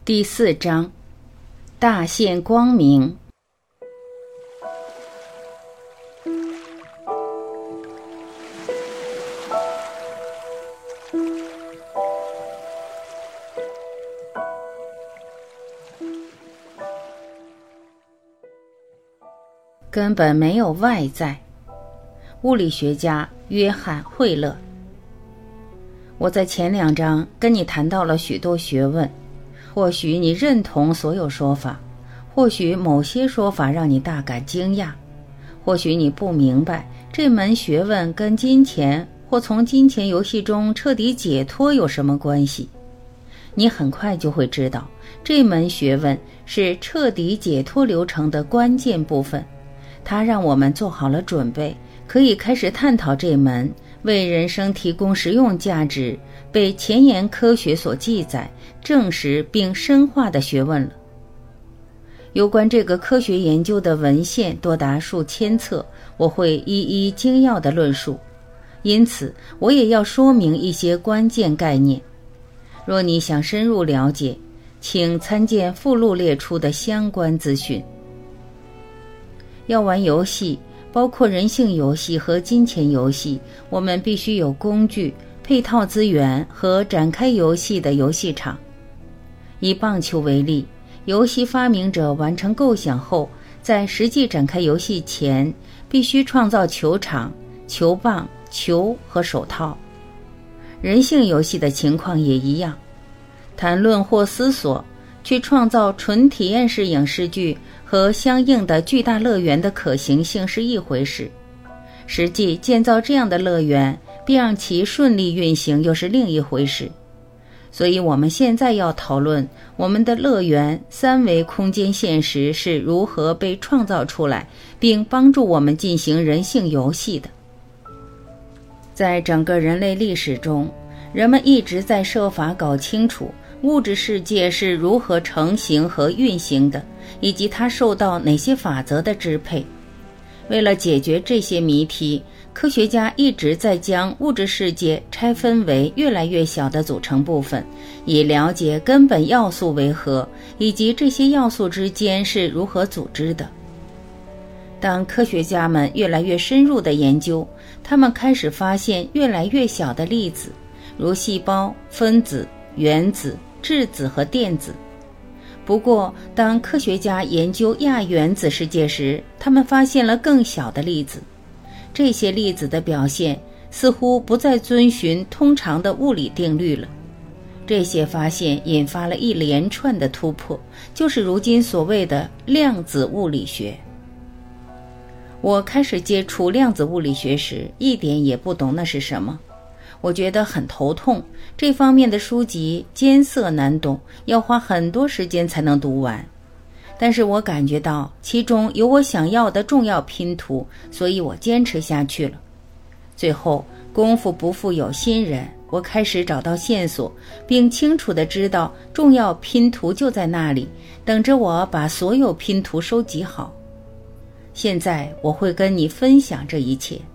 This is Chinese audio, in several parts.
第4章，大现光明。根本没有外在。物理学家约翰·惠勒。我在前2章跟你谈到了许多学问，或许你认同所有说法，或许某些说法让你大感惊讶，或许你不明白这门学问跟金钱或从金钱游戏中彻底解脱有什么关系。你很快就会知道，这门学问是彻底解脱流程的关键部分，它让我们做好了准备，可以开始探讨这门为人生提供实用价值、被前沿科学所记载、证实并深化的学问了。有关这个科学研究的文献多达数千册，我会一一精要地论述，因此我也要说明一些关键概念。若你想深入了解，请参见附录列出的相关资讯。要玩游戏，包括人性游戏和金钱游戏，我们必须有工具、配套资源和展开游戏的游戏场。以棒球为例，游戏发明者完成构想后，在实际展开游戏前，必须创造球场、球棒、球和手套。人性游戏的情况也一样。谈论或思索，去创造纯体验式影视剧和相应的巨大乐园的可行性是一回事，实际建造这样的乐园并让其顺利运行又是另一回事。所以我们现在要讨论我们的乐园3维空间现实是如何被创造出来，并帮助我们进行人性游戏的。在整个人类历史中，人们一直在设法搞清楚物质世界是如何成型和运行的，以及它受到哪些法则的支配。为了解决这些谜题，科学家一直在将物质世界拆分为越来越小的组成部分，以了解根本要素为何，以及这些要素之间是如何组织的。当科学家们越来越深入的研究，他们开始发现越来越小的粒子，如细胞、分子、原子、质子和电子。不过，当科学家研究亚原子世界时，他们发现了更小的粒子。这些粒子的表现似乎不再遵循通常的物理定律了。这些发现引发了一连串的突破，就是如今所谓的量子物理学。我开始接触量子物理学时，一点也不懂那是什么。我觉得很头痛，这方面的书籍艰涩难懂，要花很多时间才能读完。但是我感觉到其中有我想要的重要拼图，所以我坚持下去了。最后，功夫不负有心人，我开始找到线索，并清楚地知道重要拼图就在那里，等着我把所有拼图收集好。现在我会跟你分享这一切。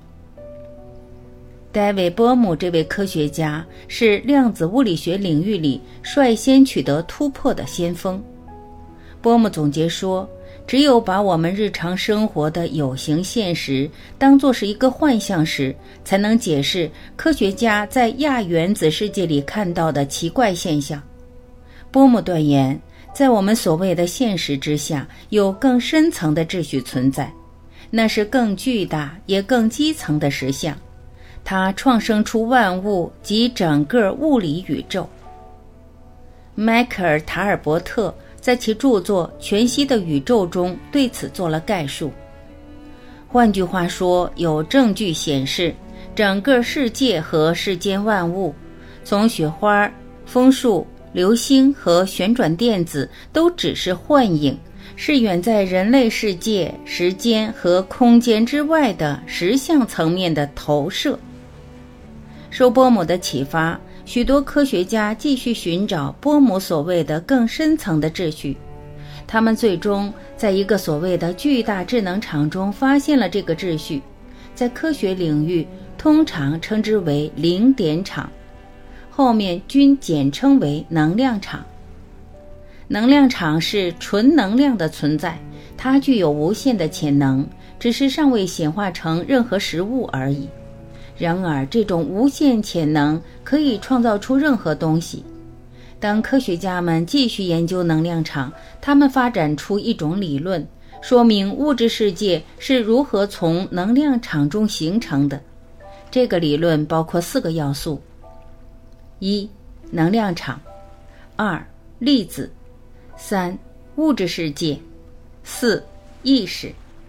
戴维·波姆这位科学家是量子物理学领域里率先取得突破的先锋。波姆总结说，只有把我们日常生活的有形现实当作是一个幻象时，才能解释科学家在亚原子世界里看到的奇怪现象。波姆断言，在我们所谓的现实之下，有更深层的秩序存在，那是更巨大也更基层的实相。它创生出万物及整个物理宇宙。迈克尔·塔尔伯特在其著作《全息的宇宙》中对此做了概述。换句话说，有证据显示，整个世界和世间万物，从雪花、枫树、流星和旋转电子，都只是幻影，是远在人类世界、时间和空间之外的实相层面的投射。受波姆的启发，许多科学家继续寻找波姆所谓的更深层的秩序。他们最终在一个所谓的巨大智能场中发现了这个秩序，在科学领域通常称之为零点场，后面均简称为能量场。 能量场是纯能量的存在，它具有无限的潜能，只是尚未显化成任何实物而已。然而，这种无限潜能可以创造出任何东西。当科学家们继续研究能量场，他们发展出一种理论，说明物质世界是如何从能量场中形成的。这个理论包括4个要素： 1. 能量场； 2. 粒子； 3. 物质世界； 4. 意识。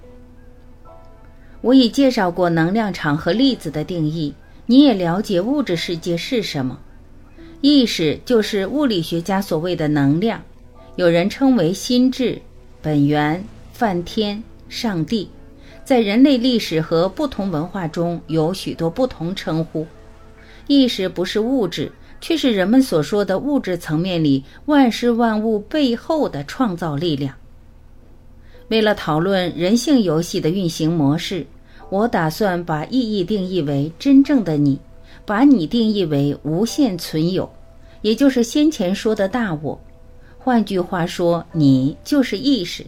我已介绍过能量场和粒子的定义，你也了解物质世界是什么。意识就是物理学家所谓的能量，有人称为心智、本源、梵天、上帝。在人类历史和不同文化中有许多不同称呼。意识不是物质，却是人们所说的物质层面里万事万物背后的创造力量。为了讨论人性游戏的运行模式，我打算把意义定义为真正的你，把你定义为无限存有，也就是先前说的大我。换句话说，你就是意识。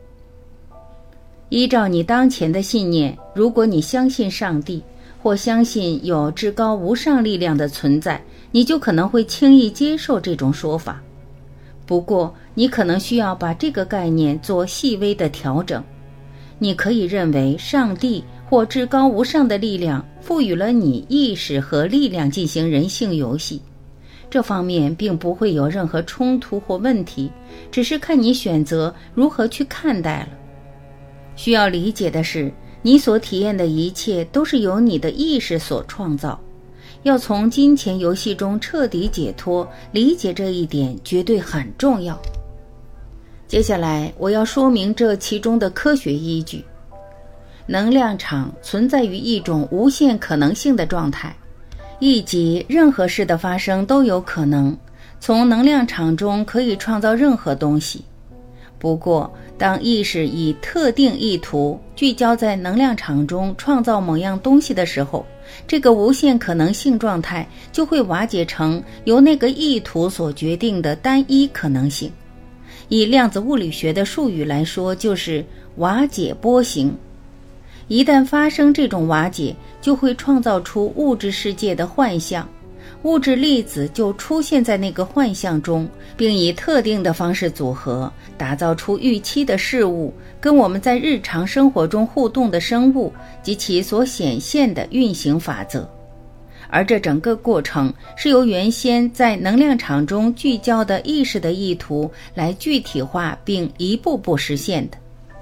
依照你当前的信念，如果你相信上帝，或相信有至高无上力量的存在，你就可能会轻易接受这种说法。不过，你可能需要把这个概念做细微的调整。你可以认为上帝或至高无上的力量赋予了你意识和力量进行人性游戏，这方面并不会有任何冲突或问题，只是看你选择如何去看待了。需要理解的是，你所体验的一切都是由你的意识所创造。要从金钱游戏中彻底解脱，理解这一点绝对很重要。接下来我要说明这其中的科学依据。能量场存在于一种无限可能性的状态，意即任何事的发生都有可能，从能量场中可以创造任何东西。不过，当意识以特定意图聚焦在能量场中创造某样东西的时候，这个无限可能性状态就会瓦解成由那个意图所决定的单一可能性。以量子物理学的术语来说，就是瓦解波形。一旦发生这种瓦解，就会创造出物质世界的幻象，物质粒子就出现在那个幻象中，并以特定的方式组合，打造出预期的事物，跟我们在日常生活中互动的生物及其所显现的运行法则。而这整个过程是由原先在能量场中聚焦的意识的意图来具体化并一步步实现的。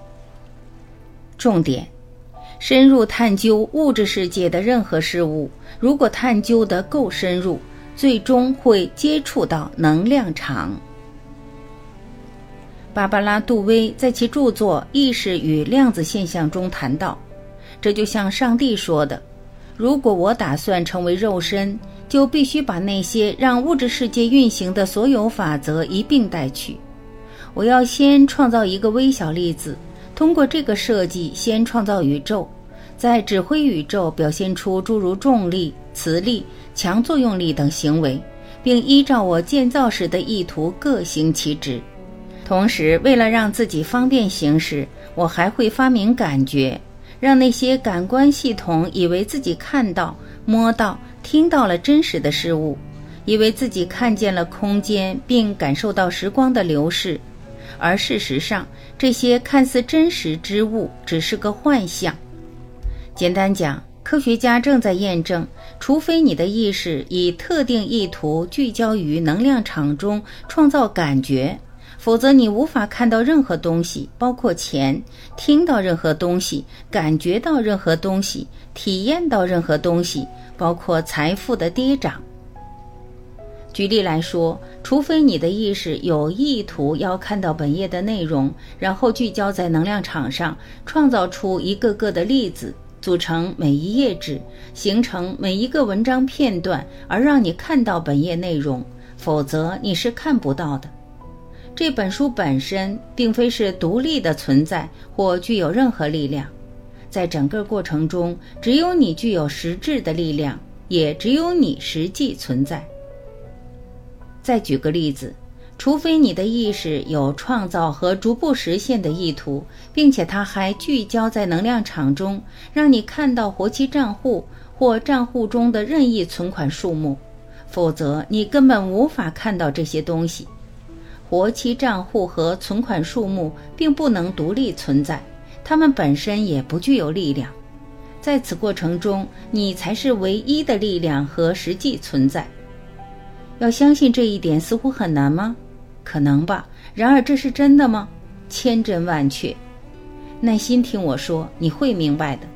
重点：深入探究物质世界的任何事物，如果探究得够深入，最终会接触到能量场。芭芭拉·杜威在其著作《意识与量子现象》中谈到，这就像上帝说的，如果我打算成为肉身，就必须把那些让物质世界运行的所有法则一并带去。我要先创造一个微小粒子，通过这个设计先创造宇宙，在指挥宇宙表现出诸如重力、磁力、强作用力等行为，并依照我建造时的意图各行其职。同时，为了让自己方便行事，我还会发明感觉，让那些感官系统以为自己看到、摸到、听到了真实的事物，以为自己看见了空间并感受到时光的流逝，而事实上，这些看似真实之物只是个幻象。简单讲，科学家正在验证，除非你的意识以特定意图聚焦于能量场中创造感觉，否则你无法看到任何东西，包括钱，听到任何东西，感觉到任何东西，体验到任何东西，包括财富的跌涨。举例来说，除非你的意识有意图要看到本页的内容，然后聚焦在能量场上，创造出一个个的粒子，组成每一页纸，形成每一个文章片段，而让你看到本页内容，否则你是看不到的。这本书本身并非是独立的存在或具有任何力量，在整个过程中，只有你具有实质的力量，也只有你实际存在。再举个例子， 除非你的意识有创造和逐步实现的意图，并且它还聚焦在能量场中，让你看到活期账户或账户中的任意存款数目，否则你根本无法看到这些东西。活期账户和存款数目并不能独立存在，它们本身也不具有力量。在此过程中，你才是唯一的力量和实际存在。要相信这一点似乎很难吗？可能吧，然而这是真的吗？千真万确。耐心听我说，你会明白的。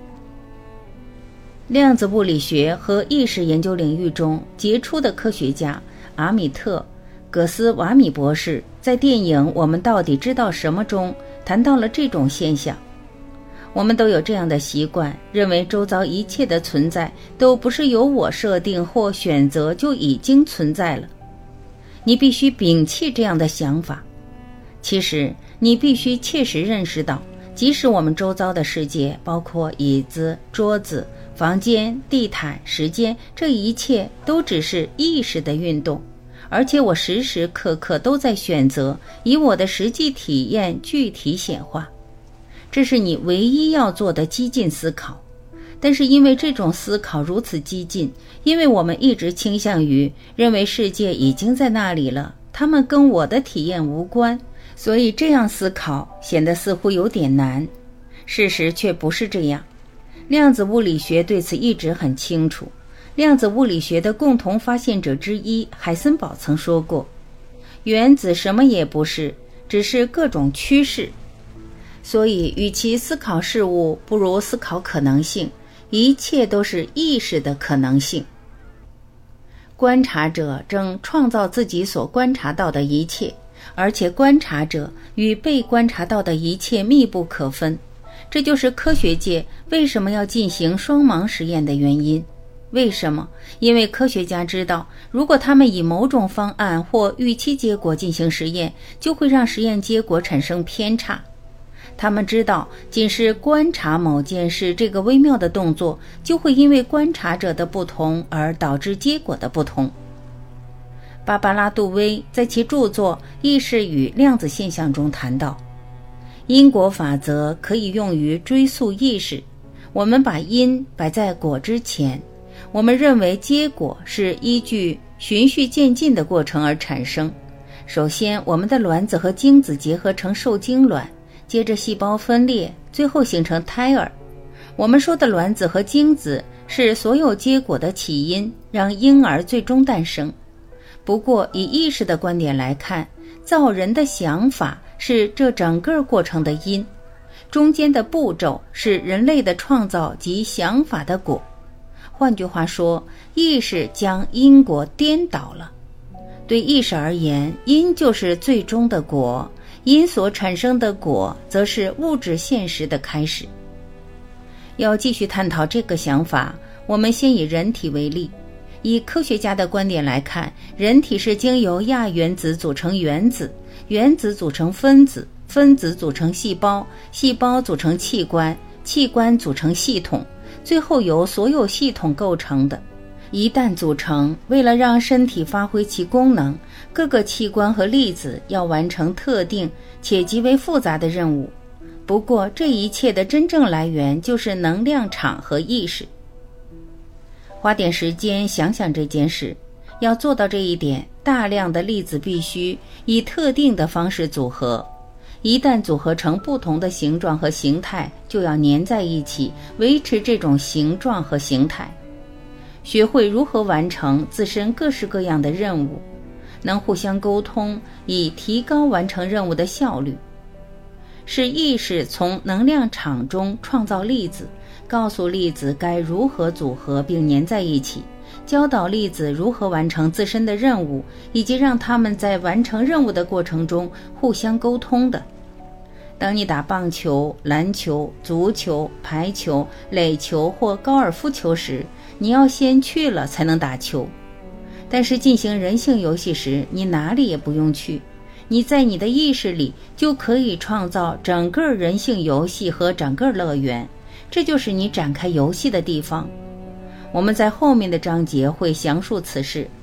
量子物理学和意识研究领域中杰出的科学家阿米特·葛斯瓦米博士在电影《我们到底知道什么》中谈到了这种现象。我们都有这样的习惯，认为周遭一切的存在都不是由我设定或选择就已经存在了。你必须摒弃这样的想法。其实你必须切实认识到，即使我们周遭的世界，包括椅子、桌子、房间、地毯、时间，这一切都只是意识的运动，而且我时时刻刻都在选择以我的实际体验具体显化。这是你唯一要做的激进思考。但是因为这种思考如此激进，因为我们一直倾向于认为世界已经在那里了，它们跟我的体验无关，所以这样思考显得似乎有点难。事实却不是这样。量子物理学对此一直很清楚。量子物理学的共同发现者之一海森堡曾说过，原子什么也不是，只是各种趋势。所以与其思考事物，不如思考可能性，一切都是意识的可能性。观察者正创造自己所观察到的一切，而且观察者与被观察到的一切密不可分。这就是科学界为什么要进行双盲实验的原因。为什么？因为科学家知道，如果他们以某种方案或预期结果进行实验，就会让实验结果产生偏差。他们知道，仅是观察某件事这个微妙的动作，就会因为观察者的不同而导致结果的不同。芭芭拉·杜威在其著作《意识与量子现象》中谈到，因果法则可以用于追溯意识。我们把因摆在果之前，我们认为结果是依据循序渐进的过程而产生。首先，我们的卵子和精子结合成受精卵，接着细胞分裂，最后形成胎儿。我们说的卵子和精子是所有结果的起因，让婴儿最终诞生。不过以意识的观点来看，造人的想法是这整个过程的因，中间的步骤是人类的创造及想法的果。换句话说，意识将因果颠倒了。对意识而言，因就是最终的果，因所产生的果则是物质现实的开始。要继续探讨这个想法，我们先以人体为例。以科学家的观点来看，人体是经由亚原子组成原子，原子组成分子，分子组成细胞，细胞组成器官，器官组成系统，最后由所有系统构成的。一旦组成，为了让身体发挥其功能，各个器官和粒子要完成特定且极为复杂的任务。不过这一切的真正来源就是能量场和意识。花点时间想想这件事。要做到这一点，大量的粒子必须以特定的方式组合。一旦组合成不同的形状和形态，就要粘在一起，维持这种形状和形态。学会如何完成自身各式各样的任务，能互相沟通，以提高完成任务的效率。是意识从能量场中创造粒子，告诉粒子该如何组合并粘在一起，教导粒子如何完成自身的任务，以及让它们在完成任务的过程中互相沟通的。当你打棒球、篮球、足球、排球、垒球或高尔夫球时，你要先去了才能打球。但是进行人性游戏时，你哪里也不用去，你在你的意识里就可以创造整个人性游戏和整个乐园，这就是你展开游戏的地方。我们在后面的章节会详述此事。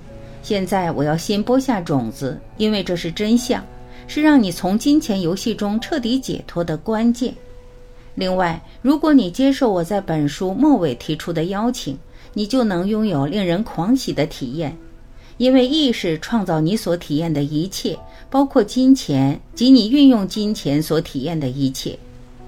现在我要先播下种子，因为这是真相，是让你从金钱游戏中彻底解脱的关键。另外，如果你接受我在本书末尾提出的邀请，你就能拥有令人狂喜的体验，因为意识创造你所体验的一切，包括金钱及你运用金钱所体验的一切。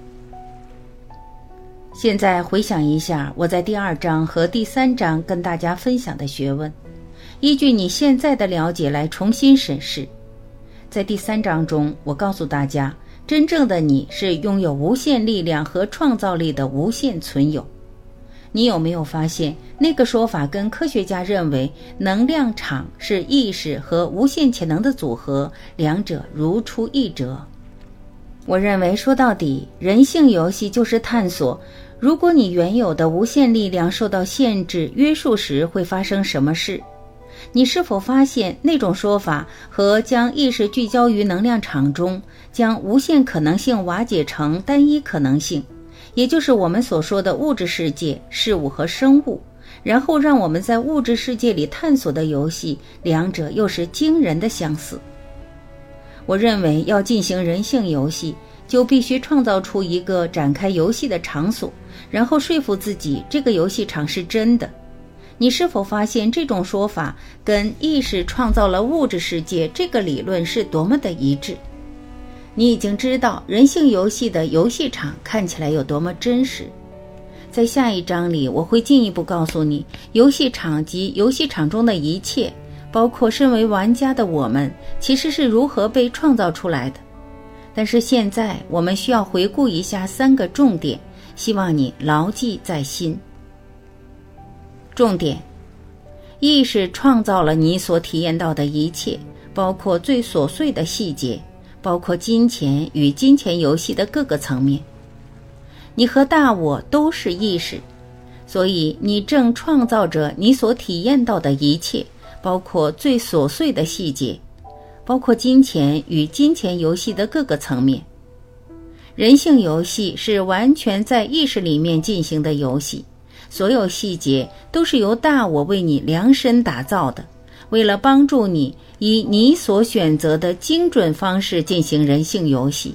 现在回想一下我在第2章和第3章跟大家分享的学问，依据你现在的了解来重新审视。在第3章中，我告诉大家，真正的你是拥有无限力量和创造力的无限存有。你有没有发现，那个说法跟科学家认为能量场是意识和无限潜能的组合，两者如出一辙？我认为说到底，人性游戏就是探索，如果你原有的无限力量受到限制、约束时会发生什么事。你是否发现那种说法和将意识聚焦于能量场中，将无限可能性瓦解成单一可能性，也就是我们所说的物质世界、事物和生物，然后让我们在物质世界里探索的游戏，两者又是惊人的相似。我认为要进行人性游戏，就必须创造出一个展开游戏的场所，然后说服自己这个游戏场是真的。你是否发现这种说法跟意识创造了物质世界这个理论是多么的一致？你已经知道人性游戏的游戏场看起来有多么真实。在下一章里，我会进一步告诉你，游戏场及游戏场中的一切，包括身为玩家的我们，其实是如何被创造出来的。但是现在我们需要回顾一下3个重点，希望你牢记在心。重点：意识创造了你所体验到的一切，包括最琐碎的细节，包括金钱与金钱游戏的各个层面。你和大我都是意识，所以你正创造着你所体验到的一切，包括最琐碎的细节，包括金钱与金钱游戏的各个层面。人性游戏是完全在意识里面进行的游戏，所有细节都是由大我为你量身打造的，为了帮助你以你所选择的精准方式进行人性游戏。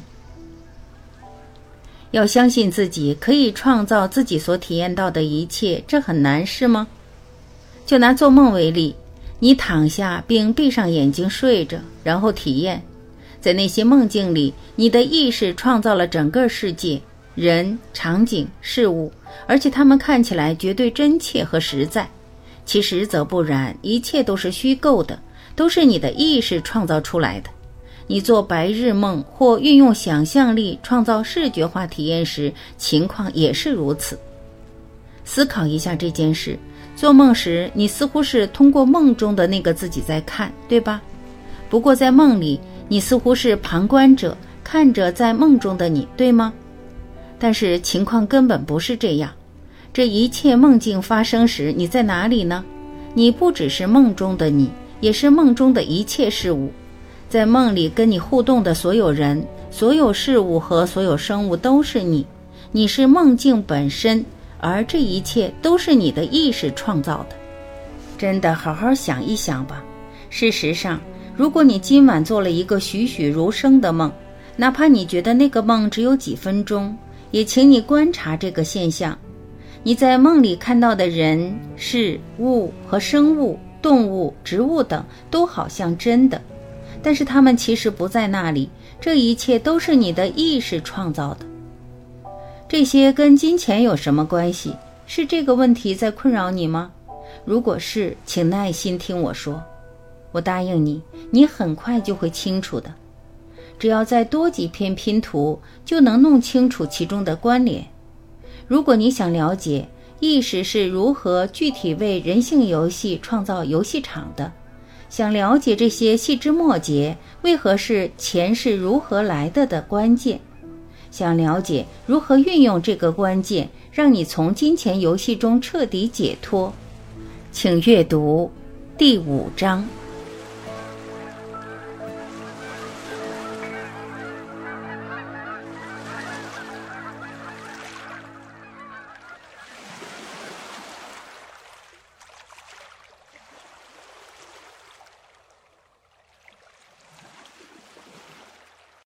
要相信自己可以创造自己所体验到的一切，这很难是吗？就拿做梦为例，你躺下并闭上眼睛睡着，然后体验，在那些梦境里，你的意识创造了整个世界，人、场景、事物，而且它们看起来绝对真切和实在。其实则不然，一切都是虚构的，都是你的意识创造出来的。你做白日梦或运用想象力创造视觉化体验时，情况也是如此。思考一下这件事，做梦时你似乎是通过梦中的那个自己在看，对吧？不过在梦里，你似乎是旁观者，看着在梦中的你，对吗？但是情况根本不是这样。这一切梦境发生时，你在哪里呢？你不只是梦中的你，也是梦中的一切事物。在梦里跟你互动的所有人、所有事物和所有生物都是你，你是梦境本身，而这一切都是你的意识创造的。真的好好想一想吧。事实上，如果你今晚做了一个栩栩如生的梦，哪怕你觉得那个梦只有几分钟，也请你观察这个现象。你在梦里看到的人、事物和生物、动物、植物等都好像真的，但是它们其实不在那里，这一切都是你的意识创造的。这些跟金钱有什么关系？是这个问题在困扰你吗？如果是，请耐心听我说。我答应你，你很快就会清楚的。只要再多几片拼图，就能弄清楚其中的关联。如果你想了解意识是如何具体为人性游戏创造游戏场的，想了解这些细枝末节为何是钱是如何来的关键，想了解如何运用这个关键让你从金钱游戏中彻底解脱，请阅读第5章。